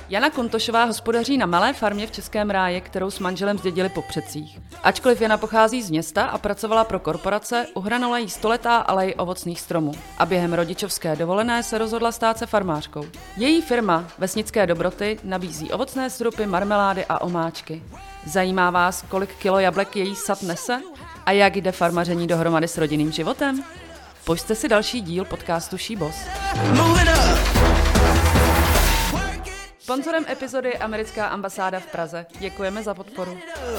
Jana Kontošová hospodaří na malé farmě v Českém Ráji, kterou s manželem zdědili po předcích. Ačkoliv Jana pochází z města a pracovala pro korporace, uhranula jí stoletá alej ovocných stromů a během rodičovské dovolené se rozhodla stát se farmářkou. Její firma Vesnické dobroty nabízí ovocné sirupy, marmelády a omáčky. Zajímá vás, kolik kilo jablek její sad nese? A jak jde farmaření dohromady s rodinným životem? Pusťte si další díl podcastu She-Boss. Sponzorem epizody je americká ambasáda v Praze. Děkujeme za podporu.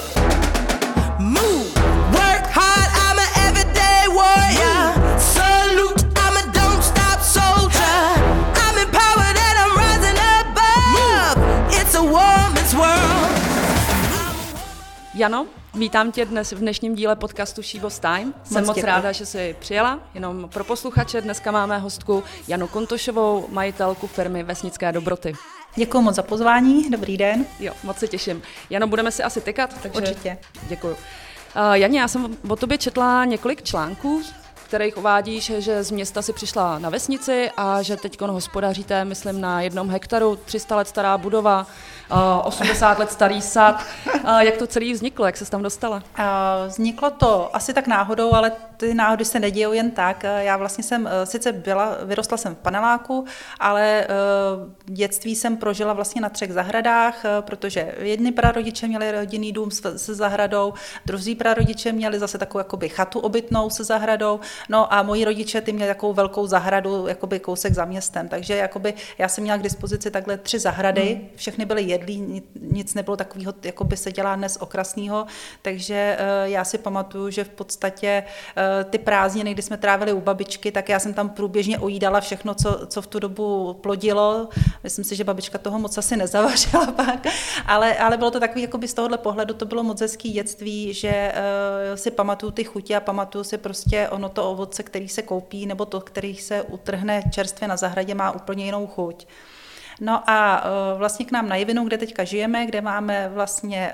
Jano, vítám tě dnes v dnešním díle podcastu She-Boss Time. Jsem moc ráda, že jsi přijela. Jenom pro posluchače, dneska máme hostku Janu Kontošovou, majitelku firmy Vesnické dobroty. Děkuji moc za pozvání, dobrý den. Jo, moc se těším. Jano, budeme si asi tykat, takže určitě. Děkuju. Janě, já jsem o tobě četla několik článků, v kterých uvádíš, že z města si přišla na vesnici a že teď hospodaříte, myslím, na 1 hektaru, 300 let stará budova, 80 let starý sad. Jak to celé vzniklo, jak ses tam dostala? Vzniklo to asi tak náhodou, ale ty náhody se nedějou jen tak. Já vlastně jsem sice vyrostla jsem v paneláku, ale dětství jsem prožila vlastně na 3 zahradách, protože jedni prarodiče měli rodinný dům se zahradou, druzí prarodiče měli zase takovou jakoby chatu obytnou se zahradou, no a moji rodiče ty měli takovou velkou zahradu, jakoby kousek za městem, takže jakoby já jsem měla k dispozici takhle 3 zahrady, všechny byly jedlí, nic nebylo takového, jako by se dělá dnes okrasného, takže já si pamatuju, že v podstatě ty prázdniny, kdy jsme trávili u babičky, tak já jsem tam průběžně ojídala všechno, co v tu dobu plodilo. Myslím si, že babička toho moc asi nezavařila pak, ale bylo to takový, jakoby z tohohle pohledu to bylo moc hezký dětství, že si pamatuju ty chutě a pamatuju si prostě ono to ovoce, který se koupí, nebo to, který se utrhne čerstvě na zahradě, má úplně jinou chuť. No a vlastně k nám na Jivinu, kde teďka žijeme, kde máme vlastně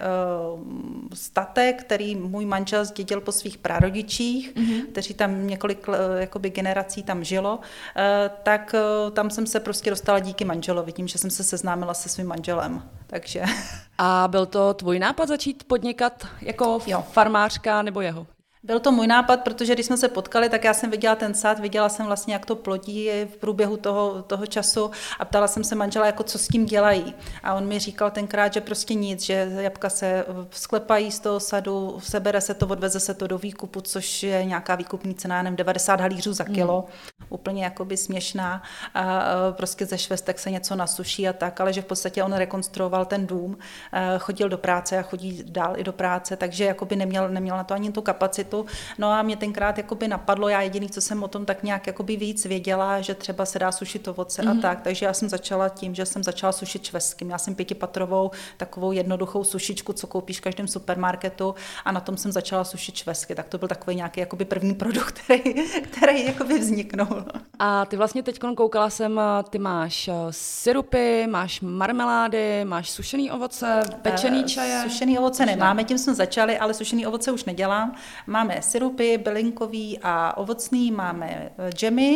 statek, který můj manžel zdědil po svých prarodičích, kteří tam několik jakoby generací tam žilo, tak tam jsem se prostě dostala díky manželovi, tím, že jsem se seznámila se svým manželem. Takže. A byl to tvůj nápad začít podnikat jako farmářka nebo jeho? Byl to můj nápad, protože když jsme se potkali, tak já jsem viděla ten sad, viděla jsem vlastně, jak to plodí v průběhu toho času a ptala jsem se manžela, jako co s tím dělají. A on mi říkal tenkrát, že prostě nic, že jabka se sklepají z toho sadu, sebere se to, odveze se to do výkupu, což je nějaká výkupní cena, nevím, 90 halířů za kilo. Úplně jakoby směšná. A prostě ze švestek se něco nasuší a tak, ale že v podstatě on rekonstruoval ten dům, chodil do práce a chodí dál i do práce, takže jakoby neměl na to ani tu kapacitu. No a mě tenkrát jakoby napadlo, já jediný, co jsem o tom tak nějak jakoby víc věděla, že třeba se dá sušit ovoce a tak, takže já jsem začala tím, že jsem začala sušit švestky. Měla jsem 5patrovou takovou jednoduchou sušičku, co koupíš v každém supermarketu a na tom jsem začala sušit švestky, tak to byl takový nějaký jakoby první produkt, který jakoby vzniknul. A ty vlastně teď koukala jsem, ty máš sirupy, máš marmelády, máš sušený ovoce, pečený čaje. Sušený ovoce nemáme, tím jsme začali, ale sušený ovoce už nedělám. Máme sirupy, bylinkový a ovocný, máme džemy,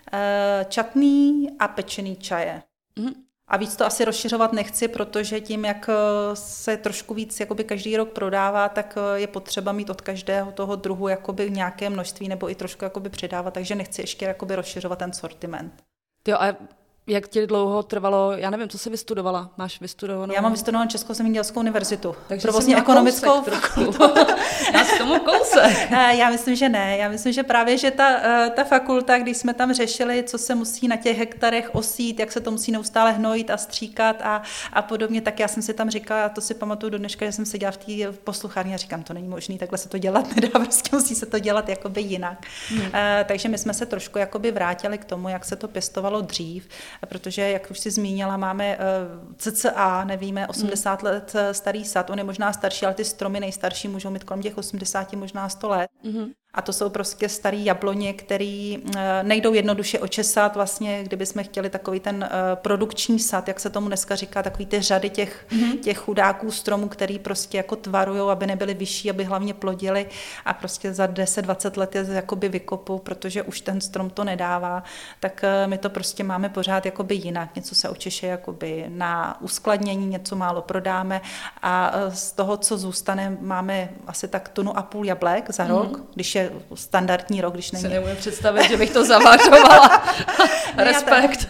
čatný a pečený čaje. A víc to asi rozšiřovat nechci, protože tím, jak se trošku víc jakoby každý rok prodává, tak je potřeba mít od každého toho druhu jakoby nějaké množství nebo i trošku jakoby přidávat, takže nechci ještě jakoby rozšiřovat ten sortiment. Jo, a jak ti dlouho trvalo, já nevím, co jsi vystudovala? Máš vystudovanou? Já mám vystudovanou Českou zemědělskou univerzitu. Takže provozně ekonomickou fakultu. Já s tomu kousek. Já myslím, že ne. Já myslím, že právě, že ta fakulta, když jsme tam řešili, co se musí na těch hektarech osít, jak se to musí neustále hnojit a stříkat a podobně, tak já jsem si tam říkala, a to si pamatuju do dneška, že jsem seděla v té posluchárně a říkám, to není možné, takhle se to dělat nedá, prostě musí se to dělat jakoby jinak. Takže my jsme se trošku jakoby vrátili k tomu, jak se to pěstovalo dřív, protože, jak už si zmínila, máme cca, nevíme, 80 let starý sad, on je možná starší, ale ty stromy nejstarší můžou mít kolem těch 80, možná 100 let. A to jsou prostě starý jabloně, které nejdou jednoduše očesat. Vlastně, kdybychom chtěli takový ten produkční sad, jak se tomu dneska říká, takový ty řady těch chudáků stromů, který prostě jako tvarujou, aby nebyly vyšší, aby hlavně plodily a prostě za 10-20 let je jakoby vykopou, protože už ten strom to nedává, tak my to prostě máme pořád jakoby jinak. Něco se očeše jakoby na uskladnění, něco málo prodáme a z toho, co zůstane, máme asi tak 1,5 tunu jablek za rok, když je standardní rok, když není. Si nemůžu představit, že bych to zavařovala. Respekt.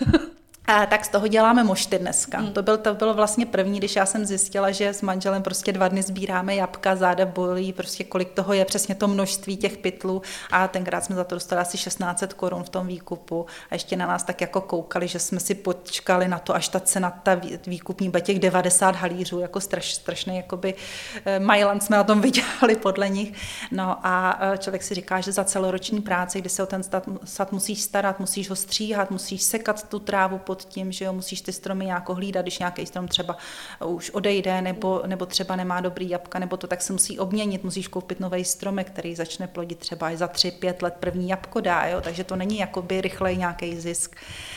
A tak z toho děláme mošty dneska. To bylo vlastně první, když já jsem zjistila, že s manželem prostě 2 dny sbíráme jabka, záda bolí, prostě kolik toho je, přesně to množství těch pytlů a tenkrát jsme za to dostali asi 1600 korun v tom výkupu a ještě na nás tak jako koukali, že jsme si počkali na to, až ta cena ta výkupní bude těch 90 halířů, jako strašný jakoby majlan jsme na tom vydělali podle nich. No a člověk si říká, že za celoroční práci, kdy se o ten sad musíš starat, musíš ho stříhat, musíš sekat tu trávu pod tím, že jo, musíš ty stromy nějak hlídat, když nějaký strom třeba už odejde, nebo třeba nemá dobrý jabka, nebo to tak se musí obměnit, musíš koupit nový stromek, který začne plodit třeba i za 3-5 let první jabko dá, jo, takže to není jakoby rychlej nějaký zisk.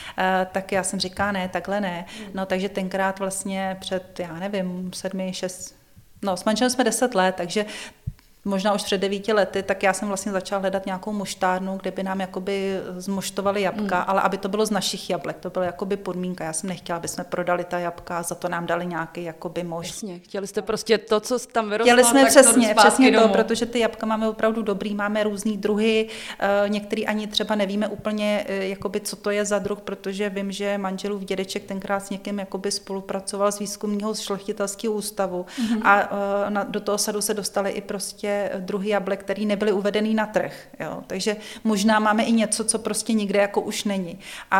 Tak já jsem říká, ne, takhle ne. No takže tenkrát vlastně před, já nevím, 7-6, no s manželem jsme 10 let, takže možná už před 9 lety, tak já jsem vlastně začala hledat nějakou moštárnu, kde by nám jakoby zmoštovali jabka, ale aby to bylo z našich jablek, to byla jakoby podmínka. Já jsem nechtěla, aby jsme prodali ta jabka a za to nám dali nějaký jakoby mošt. Jasně, chtěli jste prostě to, co tam vyrostlo, chtěli jsme tak přesně domů. to, protože ty jabka máme opravdu dobrý, máme různý druhy, některý ani třeba nevíme úplně, jakoby, co to je za druh, protože vím, že manželův dědeček tenkrát s někým jakoby spolupracoval z výzkumného šlechtitelského ústavu a do toho sadu se dostaly i prostě druhy jablek, které nebyly uvedený na trh. Jo. Takže možná máme i něco, co prostě nikde jako už není.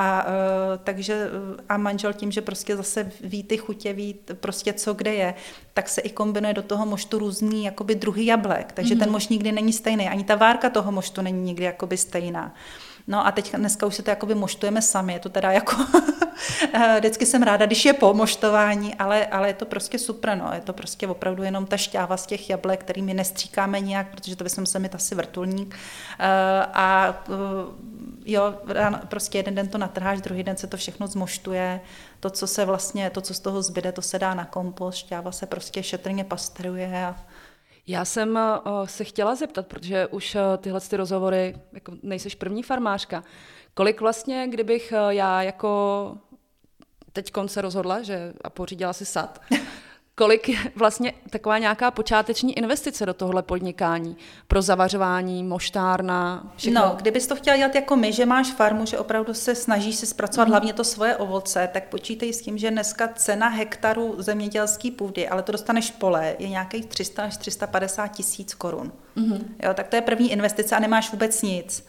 Takže manžel tím, že prostě zase ví ty chutě, ví prostě co kde je, tak se i kombinuje do toho moštu různý jakoby druhy jablek. Takže ten mošt nikdy není stejný. Ani ta várka toho moštu není nikdy jakoby stejná. No a teď dneska už se to jakoby moštujeme sami, je to teda jako, vždycky jsem ráda, když je po moštování, ale je to prostě super, no, je to prostě opravdu jenom ta šťáva z těch jablek, kterými nestříkáme nějak, protože to bychom museli mít asi vrtulník jo, prostě jeden den to natrháš, druhý den se to všechno zmoštuje, to, co z toho zbyde, to se dá na kompost, šťáva se prostě šetrně pasteruje a já jsem se chtěla zeptat, protože už tyhle rozhovory, jako nejseš první farmářka, kolik vlastně, kdybych já jako teďkon se rozhodla, že a pořídila si sad, kolik je vlastně taková nějaká počáteční investice do tohohle podnikání pro zavařování, moštárna, všechno? No, kdybys to chtěla dělat jako my, že máš farmu, že opravdu se snažíš si zpracovat hlavně to svoje ovoce, tak počítej s tím, že dneska cena hektaru zemědělské půdy, ale to dostaneš pole, je nějakých 300 až 350 tisíc korun. Jo, tak to je první investice a nemáš vůbec nic.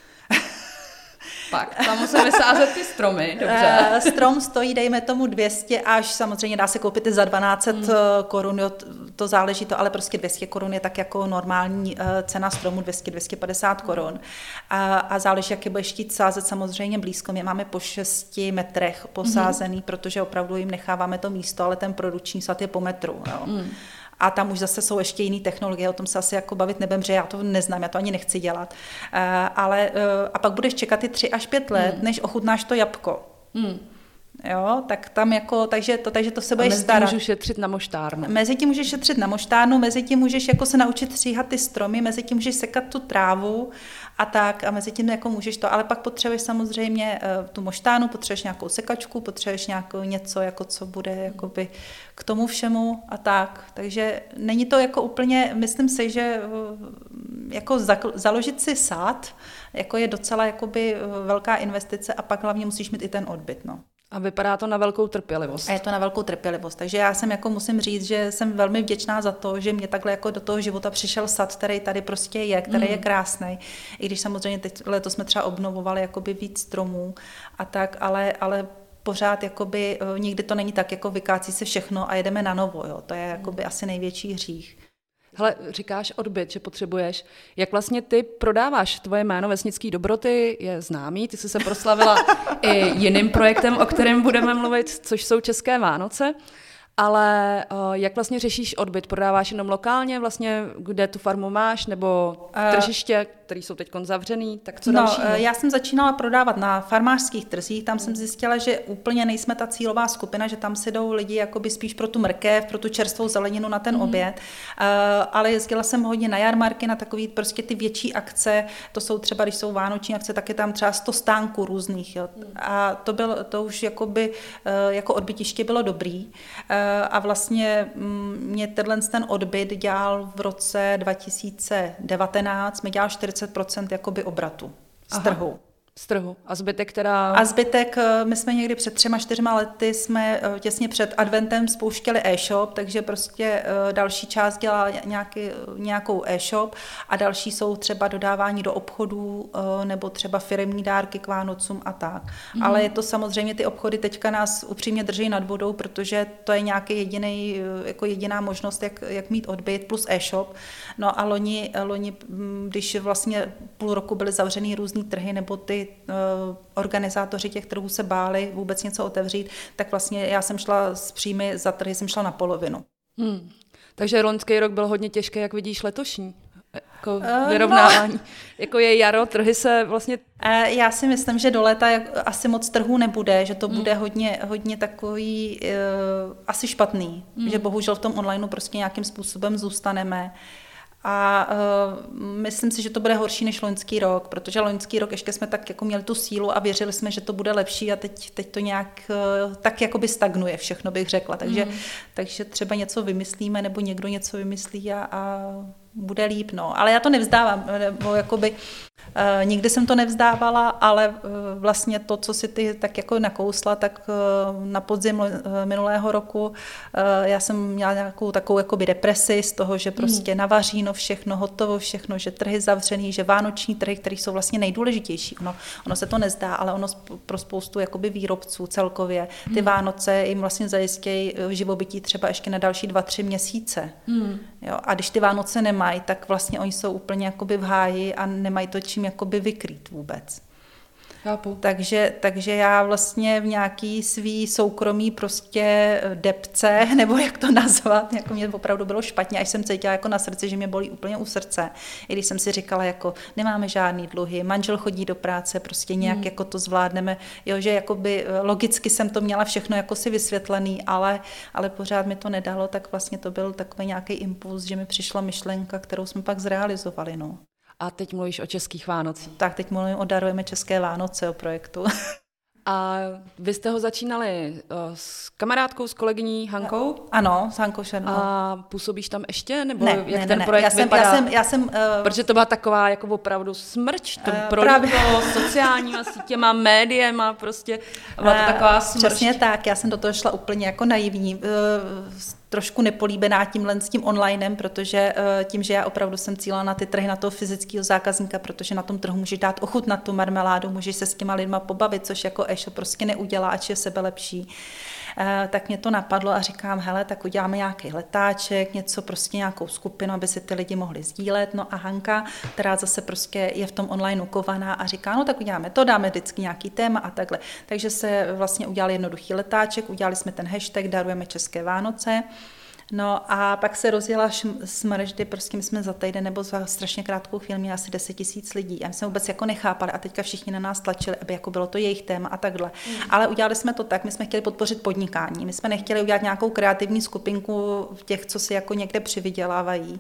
Pak tam musíme sázet ty stromy, dobře. Strom stojí, dejme tomu 200 až samozřejmě dá se koupit i za 1200 korun, jo, to záleží to, ale prostě 200 korun je tak jako normální cena stromu, 200-250 korun. A záleží, jak je budeš chtít sázet samozřejmě blízko. My máme po 6 metrech posázený, protože opravdu jim necháváme to místo, ale ten produkční sad je po metru. Jo. A tam už zase jsou ještě jiné technologie, o tom se asi jako bavit nebudem, že já to neznám, já to ani nechci dělat. A pak budeš čekat ty 3 až 5 let, než ochutnáš to jabko. Jo, tak tam jako, takže to se budeš starat. Mezi tím můžeš šetřit na moštárnu. Mezi tím můžeš šetřit na moštárnu, mezi tím můžeš jako se naučit stříhat ty stromy, mezi tím můžeš sekat tu trávu a tak a mezi tím jako můžeš to, ale pak potřebuješ samozřejmě tu moštárnu, potřebuješ nějakou sekačku, potřebuješ nějakou něco, jako co bude jakoby k tomu všemu a tak. Takže není to jako úplně, myslím si, že jako založit si sad jako je docela jakoby velká investice a pak hlavně musíš mít i ten odbyt, no. A vypadá to na velkou trpělivost. A je to na velkou trpělivost. Takže já jsem jako musím říct, že jsem velmi vděčná za to, že mě takhle jako do toho života přišel sad, který tady prostě je, který je krásný. I když samozřejmě teď letos jsme třeba obnovovali jakoby víc stromů a tak, ale pořád jakoby nikdy to není tak, jako vykácí se všechno a jedeme na novo, jo. To je jakoby asi největší hřích. Hele, říkáš odbyt, že potřebuješ. Jak vlastně ty prodáváš? Tvoje jméno Vesnický dobroty je známý, ty jsi se proslavila i jiným projektem, o kterém budeme mluvit, což jsou České Vánoce. Ale jak vlastně řešíš odbyt? Prodáváš jenom lokálně, vlastně, kde tu farmu máš, nebo tržiště? které jsou teď zavřený, tak co dalšího? Já jsem začínala prodávat na farmářských trzích, tam jsem zjistila, že úplně nejsme ta cílová skupina, že tam si jdou lidi jakoby spíš pro tu mrkev, pro tu čerstvou zeleninu na ten oběd, ale jezdila jsem hodně na jarmarky, na takový prostě ty větší akce, to jsou třeba, když jsou vánoční akce, tak je tam třeba 100 stánků různých, jo. A to už jakoby, jako odbytiště bylo dobrý a vlastně mě ten odbyt dělal v roce 2019, mi dělal 40% jakoby obratu z trhu. Z trhu. A zbytek my jsme někdy před 3-4 lety jsme těsně před adventem spouštěli e-shop, takže prostě další část dělá nějakou e-shop a další jsou třeba dodávání do obchodů nebo třeba firemní dárky k Vánocům a tak. Ale je to samozřejmě, ty obchody teďka nás upřímně drží nad vodou, protože to je nějaký jediná možnost, jak mít odbyt plus e-shop. No a loni, když vlastně půl roku byly zavřený různý trhy nebo ty organizátoři těch trhů se báli vůbec něco otevřít, tak vlastně já jsem šla s příjmy za trhy, jsem šla na polovinu. Takže loňský rok byl hodně těžký, jak vidíš letošní? Jako vyrovnávání. Jako je jaro, trhy se vlastně... Já si myslím, že do léta asi moc trhů nebude, že to bude hodně takový asi špatný, že bohužel v tom onlineu prostě nějakým způsobem zůstaneme. A myslím si, že to bude horší než loňský rok, protože loňský rok ještě jsme tak jako měli tu sílu a věřili jsme, že to bude lepší a teď to nějak tak jakoby stagnuje všechno, bych řekla. Takže třeba něco vymyslíme nebo někdo něco vymyslí a bude líp, no. Ale já to nevzdávám, nebo jakoby nikdy jsem to nevzdávala, ale vlastně to, co si ty tak jako nakousla, tak na podzim minulého roku já jsem měla nějakou takovou jakoby depresi z toho, že prostě navaříno všechno, hotovo všechno, že trhy zavřený, že vánoční trhy, které jsou vlastně nejdůležitější. Ono se to nezdá, ale ono pro spoustu jakoby výrobců celkově ty Vánoce jim vlastně zajistějí živobytí třeba ještě na další 2-3 měsíce. Jo? A když ty Vánoce nemají, tak vlastně oni jsou úplně jakoby v háji a nemají to čím jakoby vykrýt vůbec. Chápu. Takže já vlastně v nějaký svý soukromý prostě depce, nebo jak to nazvat, jako mě opravdu bylo špatně, až jsem cítila jako na srdci, že mě bolí úplně u srdce. I když jsem si říkala, jako nemáme žádný dluhy, manžel chodí do práce, prostě nějak jako to zvládneme, jo, že jakoby logicky jsem to měla všechno jako si vysvětlený, ale pořád mi to nedalo, tak vlastně to byl takový nějaký impuls, že mi přišla myšlenka, kterou jsme pak zrealizovali, no. A teď mluvíš o českých Vánocích. Tak teď mluvím o Darujeme české Vánoce, o projektu. A vy jste ho začínali s kamarádkou, s kolegyní Hankou? Ano, s Hankou Šernou. A působíš tam ještě? Nebo ne, jak ten projekt vypadá? Já jsem protože to byla taková jako opravdu smrč, to prolítlo sociálníma sítěma, médiema, prostě byla to taková smrč. Přesně tak, já jsem do toho šla úplně jako naivní, trošku nepolíbená s tím onlinem, protože tím, že já opravdu jsem cílila na ty trhy, na toho fyzického zákazníka, protože na tom trhu můžeš dát ochutnat tu marmeládu, můžeš se s těma lidma pobavit, což jako e-shop prostě neudělá, ač je sebelepší. Tak mě to napadlo a říkám, hele, tak uděláme nějaký letáček, něco prostě nějakou skupinu, aby si ty lidi mohli sdílet. No a Hanka, která zase prostě je v tom online kovaná a říká, no tak uděláme to, dáme vždycky nějaký téma a takhle. Takže se vlastně udělal jednoduchý letáček, udělali jsme ten hashtag Darujeme české Vánoce. No a pak se rozjela smrš, kdy prostě my jsme za týden nebo za strašně krátkou chvíli měli asi 10 000 lidí. A my jsme vůbec jako nechápali a teďka všichni na nás tlačili, aby jako bylo to jejich téma a takhle. Ale udělali jsme to tak, my jsme chtěli podpořit podnikání. My jsme nechtěli udělat nějakou kreativní skupinku těch, co si jako někde přivydělávají.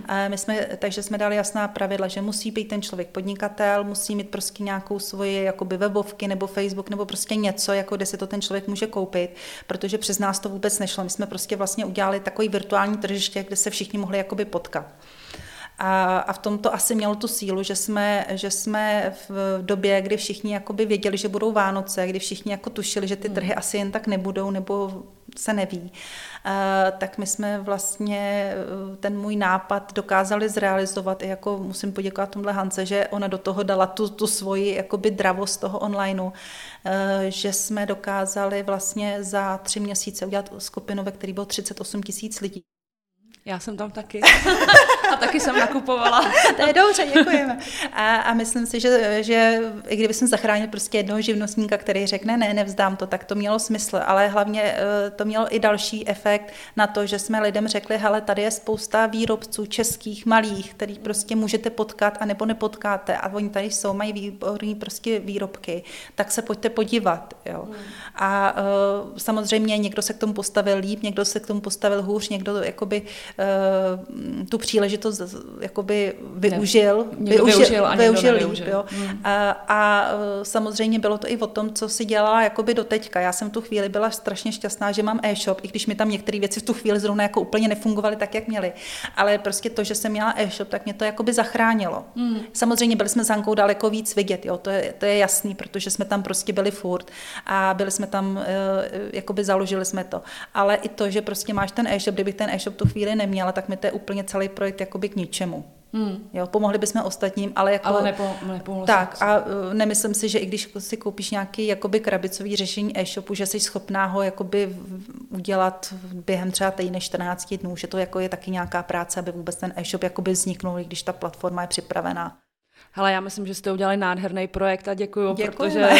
Takže jsme dali jasná pravidla, že musí být ten člověk podnikatel, musí mít prostě nějakou svoji jakoby webovky nebo Facebook nebo prostě něco, jako kde si to ten člověk může koupit, protože přes nás to vůbec nešlo. My jsme prostě vlastně udělali takový virtuální tržiště, kde se všichni mohli jakoby potkat. A v tom to asi mělo tu sílu, že jsme v době, kdy všichni jakoby věděli, že budou Vánoce, kdy všichni jako tušili, že ty trhy asi jen tak nebudou nebo se neví, tak my jsme vlastně ten můj nápad dokázali zrealizovat. I jako musím poděkovat tomhle Hance, že ona do toho dala tu svoji jakoby dravost toho onlineu, že jsme dokázali vlastně za 3 měsíce udělat skupinu, ve které bylo 38 000 lidí. Já jsem tam taky. A taky jsem nakupovala. To je dobře, děkujeme. A myslím si, že i kdybychom zachránili prostě jednoho živnostníka, který řekne, ne, nevzdám to, tak to mělo smysl, ale hlavně to mělo i další efekt na to, že jsme lidem řekli, hele, tady je spousta výrobců českých, malých, který prostě můžete potkat a nebo nepotkáte a oni tady jsou, mají výborný prostě výrobky, tak se pojďte podívat. Jo. A samozřejmě někdo se k tomu postavil líp, někdo se k tomu postavil hůř, někdo jakoby tu příležitost jakoby využil líp. Jo. A samozřejmě bylo to i o tom, co si dělala jakoby doteďka. Já jsem v tu chvíli byla strašně šťastná, že mám e-shop, i když mi tam některé věci v tu chvíli zrovna jako úplně nefungovaly tak, jak měly. Ale prostě to, že jsem měla e-shop, tak mě to jakoby zachránilo. Samozřejmě byli jsme s Hankou daleko víc vidět, jo, to je jasný, protože jsme tam prostě byli furt a byli jsme tam, jakoby založili jsme to. Ale i to, že prostě máš ten e-shop, kdybych ten e-shop tu chvíli neměla, tak mi to je úplně celý projekt jakoby k ničemu. Jo, pomohli bychom ostatním, ale jako... Ale nepomohlo tak a nemyslím si, že i když si koupíš nějaký jakoby krabicový řešení e-shopu, že jsi schopná ho jakoby udělat během třeba týdne 14 dnů, že to jako je taky nějaká práce, aby vůbec ten e-shop jakoby vzniknul, i když ta platforma je připravená. Hele, já myslím, že jste udělali nádherný projekt a děkuju, protože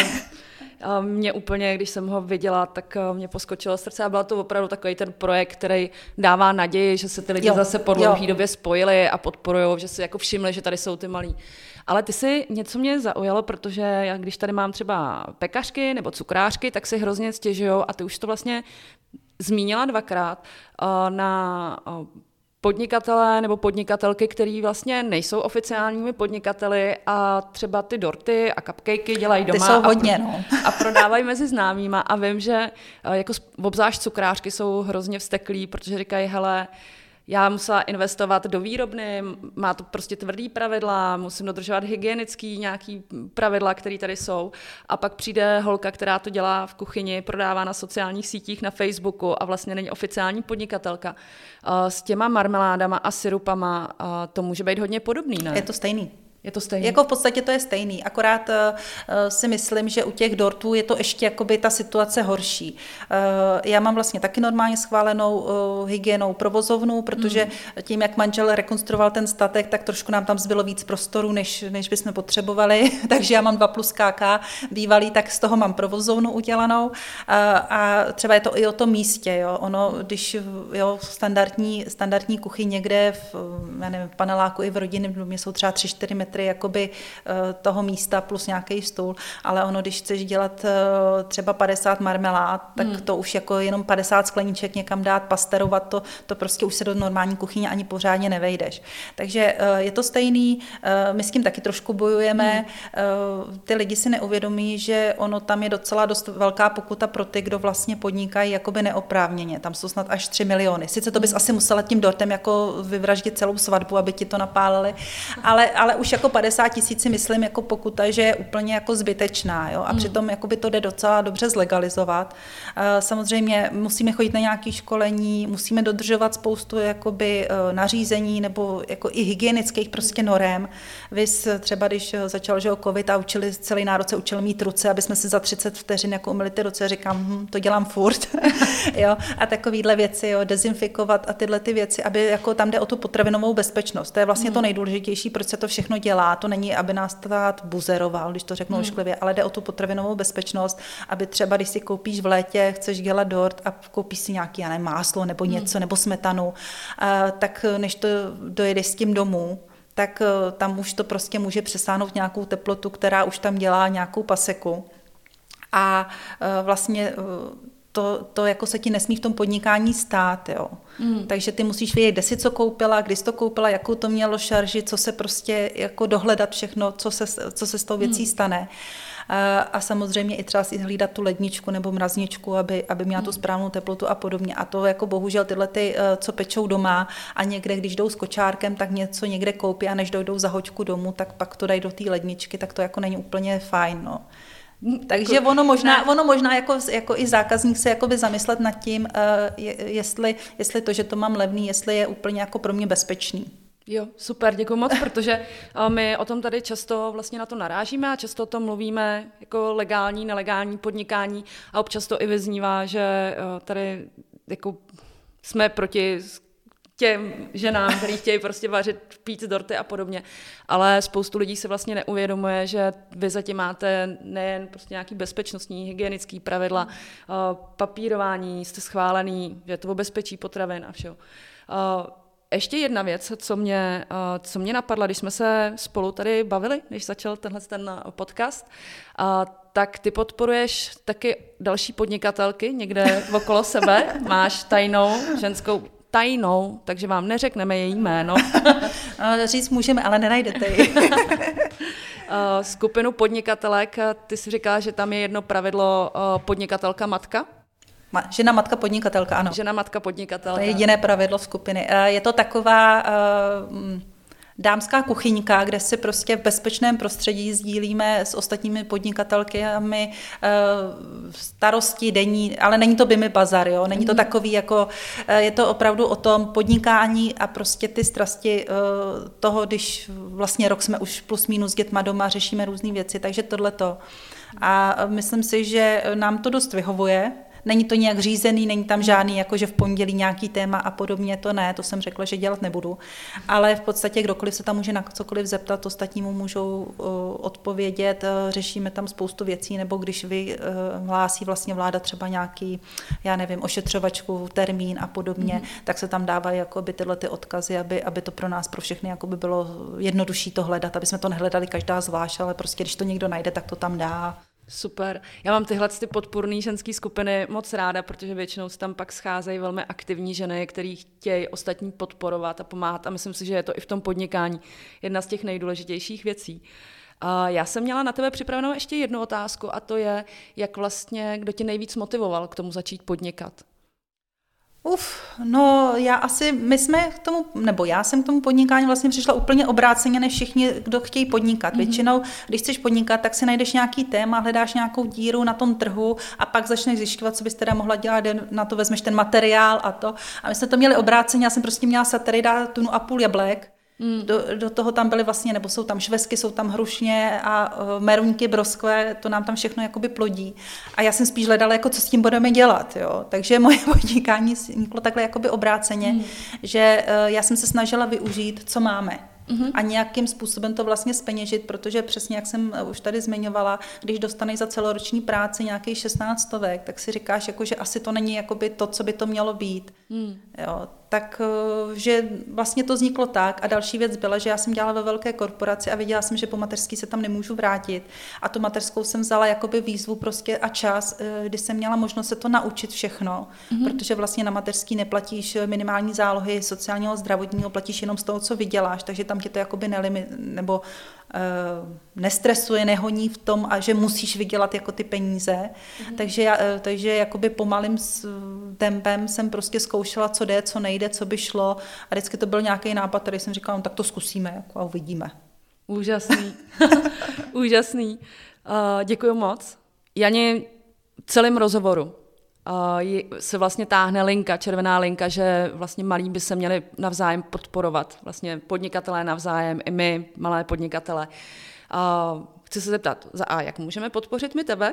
mě úplně, když jsem ho viděla, tak mě poskočilo srdce a byla to opravdu takový ten projekt, který dává naději, že se ty lidi zase po dlouhé době spojili a podporujou, že si jako všimli, že tady jsou ty malí. Ale ty si něco mě zaujalo, protože já, když tady mám třeba pekařky nebo cukrářky, tak si hrozně stěžujou a ty už to vlastně zmínila dvakrát na podnikatelé nebo podnikatelky, který vlastně nejsou oficiálními podnikateli a třeba ty dorty a cupcakey dělají doma. Ty jsou hodně, a prodávají mezi známýma a vím, že jako obzvlášť cukrářky jsou hrozně vzteklí, protože říkají, hele, já musela investovat do výrobny, má to prostě tvrdý pravidla, musím dodržovat hygienický nějaký pravidla, které tady jsou. A pak přijde holka, která to dělá v kuchyni, prodává na sociálních sítích, na Facebooku a vlastně není oficiální podnikatelka. S těma marmeládama a syrupama to může být hodně podobný, ne? Je to stejný. Je to stejný. Jako v podstatě to je stejný, akorát si myslím, že u těch dortů je to ještě jakoby ta situace horší. Já mám vlastně taky normálně schválenou hygienou provozovnu, protože tím, jak manžel rekonstruoval ten statek, tak trošku nám tam zbylo víc prostoru, než bychom potřebovali, takže já mám 2+ KK bývalý, tak z toho mám provozovnu udělanou a třeba je to i o tom místě, jo. Ono, když standardní kuchyň někde v paneláku i v rodinném domě jsou třeba 3-4 metry jakoby toho místa plus nějaký stůl, ale ono, když chceš dělat třeba 50 marmelád, tak to už jako jenom 50 skleníček někam dát, pasterovat to prostě už se do normální kuchyně ani pořádně nevejdeš. Takže je to stejný, my s tím taky trošku bojujeme, ty lidi si neuvědomí, že ono tam je docela dost velká pokuta pro ty, kdo vlastně podnikají jakoby neoprávněně, tam jsou snad až 3 miliony. Sice to bys asi musela tím dortem jako vyvraždit celou svatbu, aby ti to napálili, ale už jako 50 000 si myslím jako pokuta, že je úplně jako zbytečná, jo? A přitom jakoby to jde docela dobře zlegalizovat. Samozřejmě musíme chodit na nějaké školení, musíme dodržovat spoustu jakoby nařízení nebo jako i hygienických prostě norem. Vys třeba, když začal, že covid a celý národ se učil mít ruce, aby jsme si za 30 vteřin jako umyli ty ruce, říkám, to dělám furt. Jo? A takovýhle věci, jo? Dezinfikovat a tyhle ty věci, aby jako tam jde o tu potravinovou bezpečnost. To je vlastně to nejdůležitější, proč se to všechno dělá. To není, aby nás stát buzeroval, když to řeknu ošklivě, ale jde o tu potravinovou bezpečnost, aby třeba, když si koupíš v létě, chceš dělat dort a koupíš si nějaký, máslo nebo něco, nebo smetanu, tak než to dojedeš s tím domů, tak tam už to prostě může přesáhnout nějakou teplotu, která už tam dělá nějakou paseku. A vlastně to jako se ti nesmí v tom podnikání stát, jo. Takže ty musíš vědět, kde jsi co koupila, kdy jsi to koupila, jakou to mělo šarži, co se prostě jako dohledat všechno, co se s tou věcí stane. A samozřejmě i třeba si hlídat tu ledničku nebo mrazničku, aby měla tu správnou teplotu a podobně. A to jako bohužel tyhle ty, co pečou doma a někde, když jdou s kočárkem, tak něco někde koupí a než dojdou za hoďku domů, tak pak to dají do té ledničky, tak to jako není úplně fajn, no. Takže ono možná jako i zákazník se jakoby zamyslet nad tím, jestli to, že to mám levný, jestli je úplně jako pro mě bezpečný. Jo, super, děkuji moc, protože my o tom tady často vlastně na to narážíme a často o tom mluvíme jako legální, nelegální podnikání a občas to i vyznívá, že tady jako jsme proti těm ženám, který chtějí prostě vařit, pít dorty a podobně. Ale spoustu lidí se vlastně neuvědomuje, že vy zatím máte nejen prostě nějaký bezpečnostní, hygienický pravidla, papírování, jste schválený, že to bezpečí potravin a všeho. Ještě jedna věc, co mě napadla, když jsme se spolu tady bavili, když začal ten podcast, tak ty podporuješ taky další podnikatelky někde okolo sebe, máš tajnou, takže vám neřekneme její jméno. Říct můžeme, ale nenajdete ji. Skupinu podnikatelek, ty jsi říkala, že tam je jedno pravidlo podnikatelka matka? Žena, matka, podnikatelka, ano. Žena, matka, podnikatelka. To je jediné pravidlo skupiny. Je to taková dámská kuchyňka, kde si prostě v bezpečném prostředí sdílíme s ostatními podnikatelkami starosti denní, ale není to Bimi bazar, jo? Není to takový, jako je to opravdu o tom podnikání a prostě ty strasti toho, když vlastně rok jsme už plus minus s dětma doma, řešíme různé věci, takže tohleto. A myslím si, že nám to dost vyhovuje. Není to nějak řízený, není tam žádný, jakože v pondělí nějaký téma a podobně, to ne, to jsem řekla, že dělat nebudu. Ale v podstatě kdokoliv se tam může na cokoliv zeptat, ostatní mu můžou odpovědět, řešíme tam spoustu věcí, nebo když hlásí vlastně vláda třeba nějaký, já nevím, ošetřovačku, termín a podobně, tak se tam dávají jakoby tyhle ty odkazy, aby to pro nás, pro všechny jakoby bylo jednodušší to hledat, aby jsme to nehledali každá zvlášť, ale prostě když to někdo najde, tak to tam dá. Super. Já mám tyhle podpůrné ženské skupiny moc ráda, protože většinou se tam pak scházejí velmi aktivní ženy, které chtějí ostatní podporovat a pomáhat a myslím si, že je to i v tom podnikání jedna z těch nejdůležitějších věcí. Já jsem měla na tebe připravenou ještě jednu otázku a to je, jak vlastně, kdo tě nejvíc motivoval k tomu začít podnikat? Já jsem k tomu podnikání vlastně přišla úplně obráceně než všichni, kdo chtějí podnikat. Většinou, když chceš podnikat, tak si najdeš nějaký téma, hledáš nějakou díru na tom trhu a pak začneš zjišťovat, co bys teda mohla dělat, na to vezmeš ten materiál a to. A my jsme to měli obráceně, já jsem prostě měla satelit, dát 1,5 tunu jablek. Do toho tam byly vlastně, nebo jsou tam švestky, jsou tam hrušně a meruňky, broskve, to nám tam všechno jakoby plodí. A já jsem spíš hledala, jako co s tím budeme dělat, jo. Takže moje podnikání vzniklo takhle jakoby obráceně, že já jsem se snažila využít, co máme. A nějakým způsobem to vlastně zpeněžit, protože přesně, jak jsem už tady zmiňovala, když dostaneš za celoroční práci nějakých 16 stovek, tak si říkáš, jako, že asi to není jakoby to, co by to mělo být. Jo, tak, že vlastně to vzniklo tak. A další věc byla, že já jsem dělala ve velké korporaci a viděla jsem, že po mateřský se tam nemůžu vrátit. A tu mateřskou jsem vzala jakoby výzvu prostě a čas, kdy jsem měla možnost se to naučit všechno, protože vlastně na mateřský neplatíš minimální zálohy sociálního zdravotního, platíš jenom z toho, co vyděláš, takže tam tě to jakoby nebo nestresuje, nehoní v tom, a že musíš vydělat jako ty peníze. Takže jakoby pomalým tempem jsem prostě zkoušela, co jde, co nejde, co by šlo a vždycky to byl nějaký nápad, který jsem říkala, no, tak to zkusíme jako, a uvidíme. Úžasný. Úžasný. Děkuji moc. Jani, celým rozhovoru se vlastně táhne linka, červená linka, že vlastně malí by se měli navzájem podporovat, vlastně podnikatelé navzájem, i my, malé podnikatele. Chci se zeptat, jak můžeme podpořit my tebe?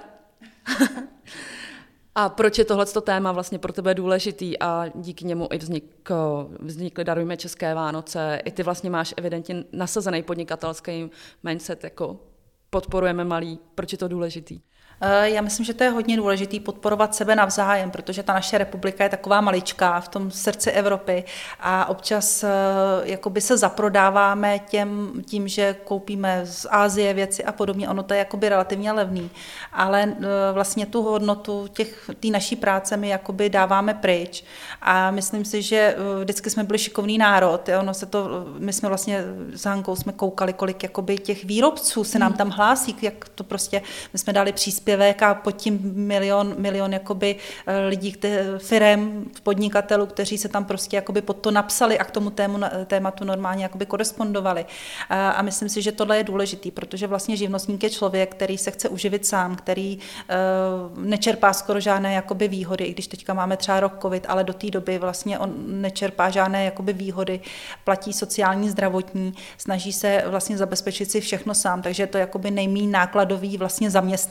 A proč je tohleto téma vlastně pro tebe důležitý a díky němu i vznikly Darujme České Vánoce. I ty vlastně máš evidentně nasazený podnikatelský mindset, jako podporujeme malí. Proč je to důležitý? Já myslím, že to je hodně důležité podporovat sebe navzájem, protože ta naše republika je taková maličká v tom srdci Evropy a občas jakoby se zaprodáváme tím, že koupíme z Asie věci a podobně, ono to je jakoby relativně levný, ale vlastně tu hodnotu té naší práce my jakoby dáváme pryč a myslím si, že vždycky jsme byli šikovný národ, my jsme vlastně s Hankou jsme koukali, kolik jakoby těch výrobců se nám tam hlásí, jak to prostě, my jsme dali příspěvek a pod tím milion jakoby lidí, firem, podnikatelů, kteří se tam prostě jakoby pod to napsali a k tomu tématu normálně jakoby korespondovali. A myslím si, že tohle je důležitý, protože vlastně živnostník je člověk, který se chce uživit sám, který nečerpá skoro žádné jakoby výhody, i když teďka máme třeba rok covid, ale do té doby vlastně on nečerpá žádné jakoby výhody, platí sociální, zdravotní, snaží se vlastně zabezpečit si všechno sám, takže je to jakoby nejméně nákladový vlastně zaměstnanec,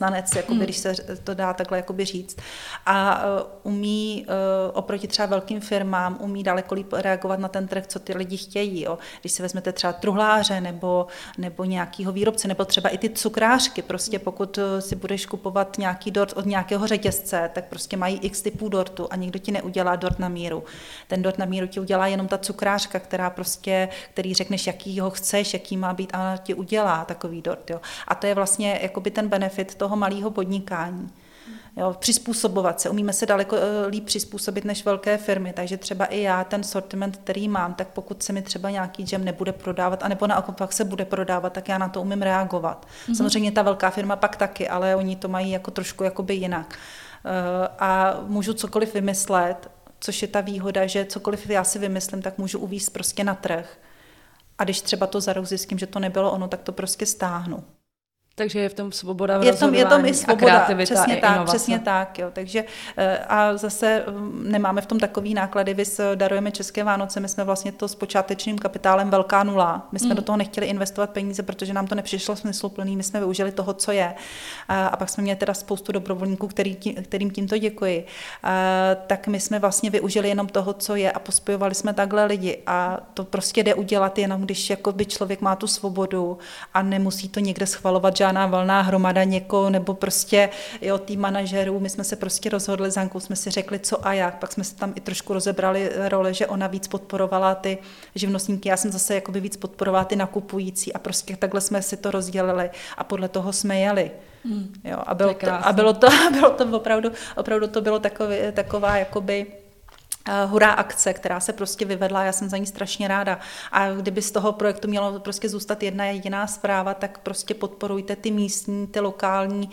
jakoby, když se to dá takhle jakoby říct. A umí oproti třeba velkým firmám, umí daleko líp reagovat na ten trh, co ty lidi chtějí. Jo. Když si vezmete třeba truhláře nebo nějakýho výrobce, nebo třeba i ty cukrářky, prostě pokud si budeš kupovat nějaký dort od nějakého řetězce, tak prostě mají x typů dortu a nikdo ti neudělá dort na míru. Ten dort na míru ti udělá jenom ta cukrářka, který řekneš, jaký ho chceš, jaký má být, a ona ti udělá takový dort. Jo. A to je vlastně jakoby ten benefit toho malého podnikání. Jo, přizpůsobovat se, umíme se daleko líp přizpůsobit než velké firmy, takže třeba i já ten sortiment, který mám, tak pokud se mi třeba nějaký džem nebude prodávat, anebo naopak se bude prodávat, tak já na to umím reagovat. Samozřejmě ta velká firma pak taky, ale oni to mají jako trošku jakoby jinak. A můžu cokoliv vymyslet, což je ta výhoda, že cokoliv já si vymyslím, tak můžu uvést prostě na trh. A když třeba to za rok zjistím, že to nebylo ono, tak to prostě stáhnu. Takže je v tom svoboda v rozhodování, je tom i svoboda, a kreativita, přesně i tak, inovace. Přesně tak, jo. Takže a zase nemáme v tom takový náklady, darujeme České Vánoce, my jsme vlastně to s počátečním kapitálem velká nula. My jsme do toho nechtěli investovat peníze, protože nám to nepřišlo smysluplný, my jsme využili toho, co je. A pak jsme měli teda spoustu dobrovolníků, kterým tímto děkuji. Tak my jsme vlastně využili jenom toho, co je, a pospojovali jsme takhle lidi. A to prostě jde udělat jenom, když jakoby člověk má tu svobodu a nemusí to někde schvalovat žádná valná hromada někoho, nebo prostě tým manažerů. My jsme se prostě rozhodli, s Hankou jsme si řekli, co a jak. Pak jsme se tam i trošku rozebrali role, že ona víc podporovala ty živnostníky, já jsem zase jakoby víc podporovala ty nakupující, a prostě takhle jsme si to rozdělili a podle toho jsme jeli. Jo, a bylo to opravdu to bylo taková jakoby hurá akce, která se prostě vyvedla, já jsem za ní strašně ráda. A kdyby z toho projektu mělo prostě zůstat jedna jediná zpráva, tak prostě podporujte ty místní, ty lokální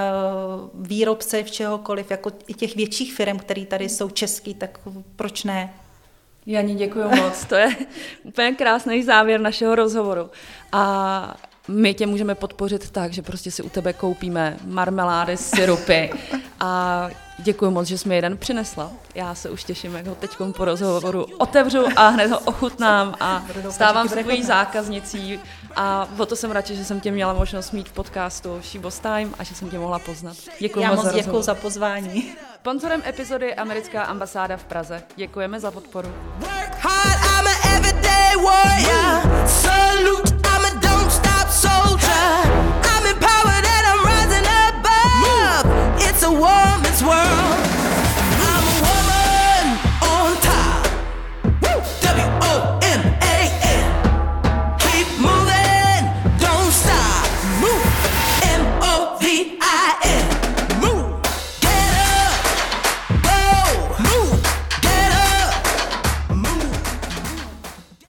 výrobce čehokoliv, jako i těch větších firm, které tady jsou český, tak proč ne? Jani, děkuji moc, to je úplně krásný závěr našeho rozhovoru. A my tě můžeme podpořit tak, že prostě si u tebe koupíme marmelády, syrupy, a děkuji moc, že jsi mi jeden přinesla. Já se už těším, jak ho teďkom po rozhovoru otevřu a hned ho ochutnám a stávám se tvojí zákaznicí, a o to jsem radši, že jsem tě měla možnost mít v podcastu Shibos Time a že jsem tě mohla poznat. Děkuji moc za rozhovor. Děkuji za pozvání. Sponzorem epizody je americká ambasáda v Praze. Děkujeme za podporu. Work hard, I'm an everyday warrior. Salute, I'm a don't stop soldier.